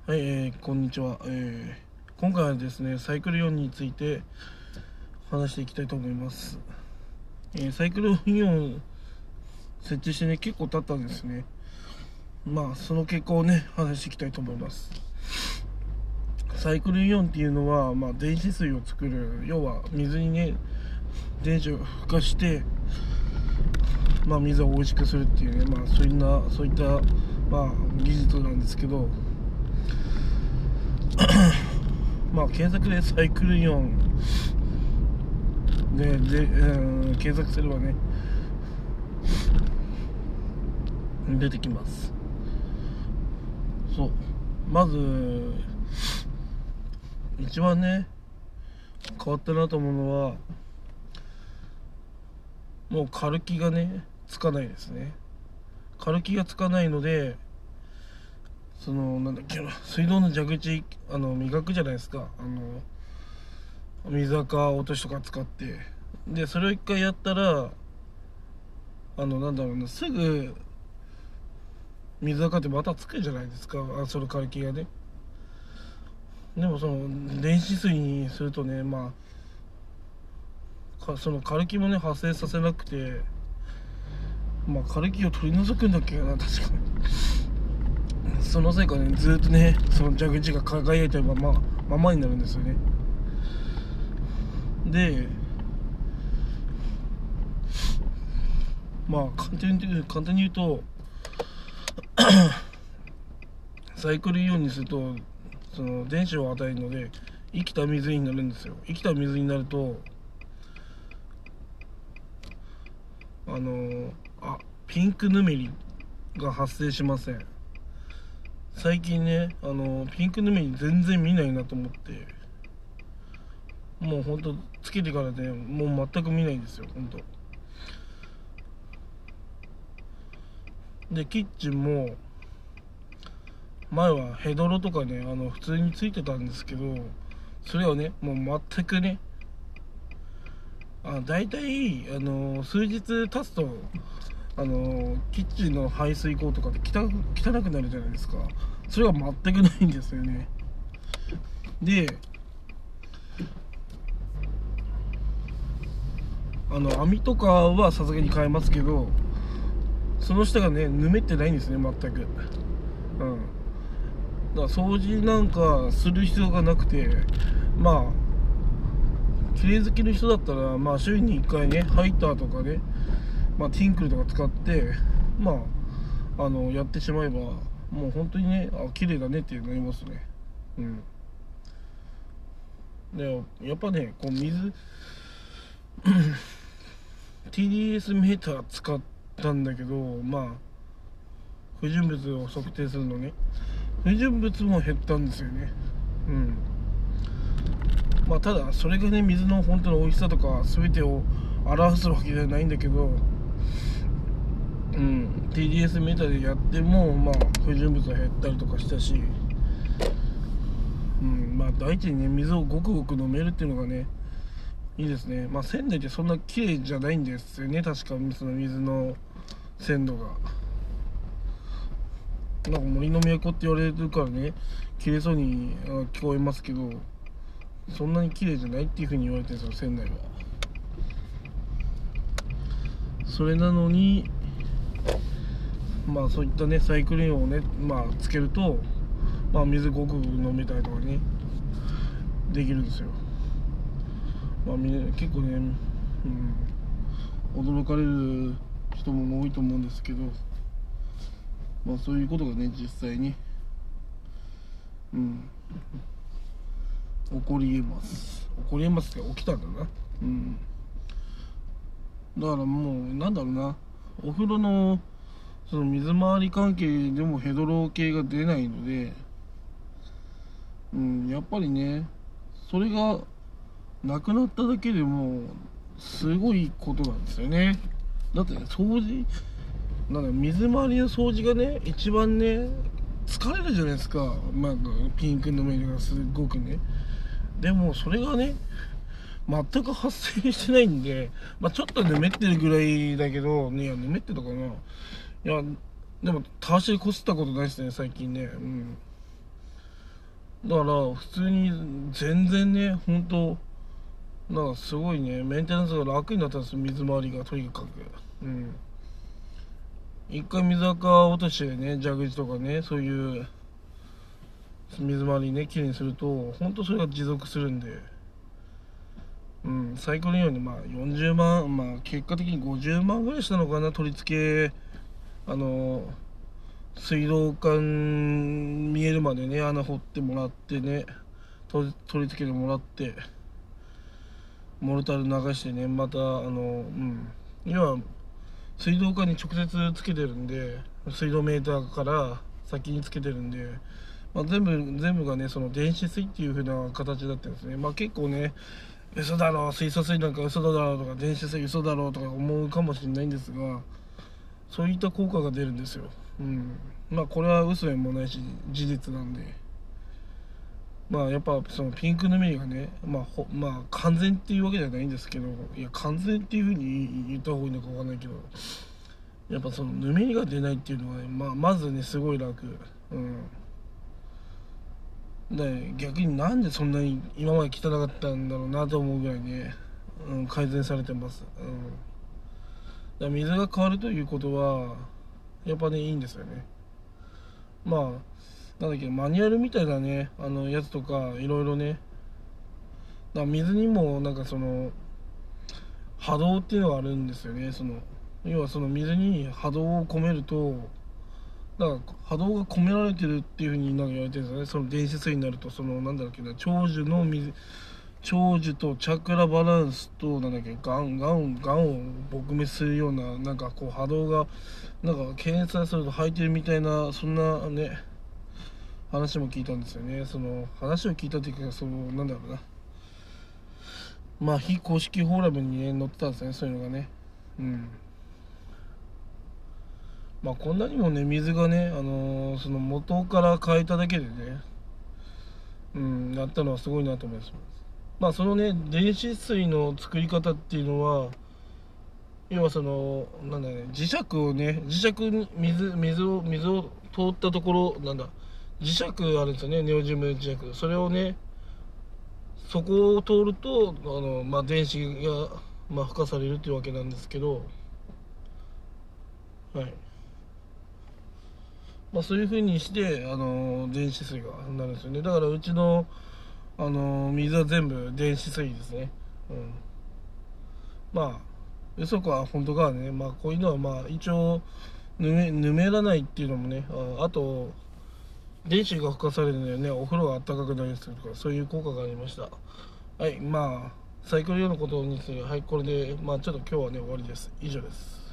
はい、こんにちは、今回はですねサイクル4について話していきたいと思います。サイクル4を設置してね結構経ったんですね。その結果をね話していきたいと思います。サイクルイオンっていうのは、電子水を作る、要は水にね電子を孵化して、水を美味しくするっていうね、そういった、技術なんですけど、検索でサイクルイオン検索すればね出てきます。まず一番ね変わったなと思うのは、もうカルキがねつかないですね。カルキがつかないので、水道の蛇口磨くじゃないですか。水垢落としとか使って、でそれを一回やったらすぐ水垢ってまたつくじゃないですか、そのカルキがね。でもその電子水にするとね、そのカルキもね発生させなくて、カルキを取り除くんだっけな、確かに。そのせいかね、ずっとねその蛇口が輝いてるままになるんですよね。で簡単に言うとサイクルイオンにするとその電子を与えるので生きた水になるんですよ。生きた水になるとピンクぬめりが発生しません。最近ねピンクぬめり全然見ないなと思って、もうほんとつけてからねもう全く見ないんですよ、ほんと。でキッチンも前はヘドロとかね普通についてたんですけど、それはねもう全くねだいたい数日経つとキッチンの排水口とかで汚くなるじゃないですか。それは全くないんですよね。で網とかはさすがに変えますけど、その下がねぬめってないんですね、全く。だから掃除なんかする必要がなくて、綺麗好きの人だったら週に1回ねハイターとかね、ティンクルとか使ってやってしまえばもう本当にね綺麗だねってなりますね。でやっぱねこう水TDS メーター使ったんだけど、不純物を測定するのね、不純物も減ったんですよね。ただそれがね水の本当の美味しさとか全てを表すわけじゃないんだけど、TDS メーターでやっても不純物が減ったりとかしたし、第一にね水をごくごく飲めるっていうのがねいいですね。仙台ってそんな綺麗じゃないんですよね、確か。その水の鮮度が森の都って言われるからね綺麗そうに聞こえますけど、そんなに綺麗じゃないっていう風に言われてるんですよ、仙台は。それなのにそういったねサイクルイオンをねつけると水ごくごく飲めたりとかねできるんですよ。結構ね、驚かれる人も多いと思うんですけど、そういうことがね実際に起こりえますが起きたんだな。だからもうお風呂のその水回り関係でもヘドロ系が出ないので、やっぱりねそれがなくなっただけでもすごいことなんですよね。だって掃除水回りの掃除がね一番ね疲れるじゃないですか。ピンクの目がすごくね。でもそれがね全く発生してないんで、ちょっとぬめってるぐらいだけどね。ぬめってたかな。いやでもたわしでこすったことないですね最近ね。 だから普通に全然ね、本当なんかすごいね、メンテナンスが楽になったんですよ、水回りがとにかく。うん。一回水垢落としてね、蛇口とかね、そういう水回りね、きれいにすると、本当それが持続するんで、うん、サイクルイオンにまあ40万、まあ結果的に50万ぐらいしたのかな、取り付け、あの、水道管見えるまでね、穴掘ってもらってね、取り付けてもらって、モルタル流してね、また要は水道管に直接つけてるんで、水道メーターから先につけてるんで、まあ、全部がね、その電子水っていう風な形になってるんですね。まあ結構ね、嘘だろう、水素水なんか嘘だろうとか、電子水嘘だろうとか思うかもしれないんですが、そういった効果が出るんですよ。うん。まあこれは嘘でもないし、事実なんで。まあやっぱそのピンクのミがね、まあ完全っていうわけじゃないんですけど、いや完全っていう風に言った方がいいのかわかんないけど、やっぱそのぬめりが出ないっていうのはね、まずねすごい楽。うん。で逆になんでそんなに今まで汚かったんだろうなと思うぐらいね、うん、改善されてます。うん。だから水が変わるということはやっぱねいいんですよね。まあなんだっけ、マニュアルみたいなねやつとかいろいろね、だから水にもなんかその波動っていうのがあるんですよね。その要はその水に波動を込めると、だから波動が込められてるっていうふうになんか言われてるんですよね。その電子水になると、そのなんだっけな、長寿とチャクラバランスとなんだっけ、がんを撲滅するようななんかこう波動がなんか検査すると入ってるみたいな、そんなね話も聞いたんですよね。その話を聞いたというか、そのなんだろうな、まあ非公式フォーラムにね載ってたんですね、そういうのがね。うん。まあこんなにもね水がね、その元から変えただけでね、うん、やったのはすごいなと思います。まあそのね電子水の作り方っていうのは、要はそのなんだね、磁石をね、磁石に水を通ったところ、なんだ、磁石あるんですよね、ネオジム磁石。それをね、そこを通るとまあ電子がまあ付加されるっていうわけなんですけど、はい。まあ、そういう風にして電子水がなるんですよね。だからうちの水は全部電子水ですね。うん。まあ嘘か本当かはね、まあこういうのはまあ一応ぬめらないっていうのもね、あと電子が付加されるのでね、お風呂が暖かくなりするとか、そういう効果がありました。はい。まあサイクル用のことについて、はい、これでまあちょっと今日はね終わりです。以上です。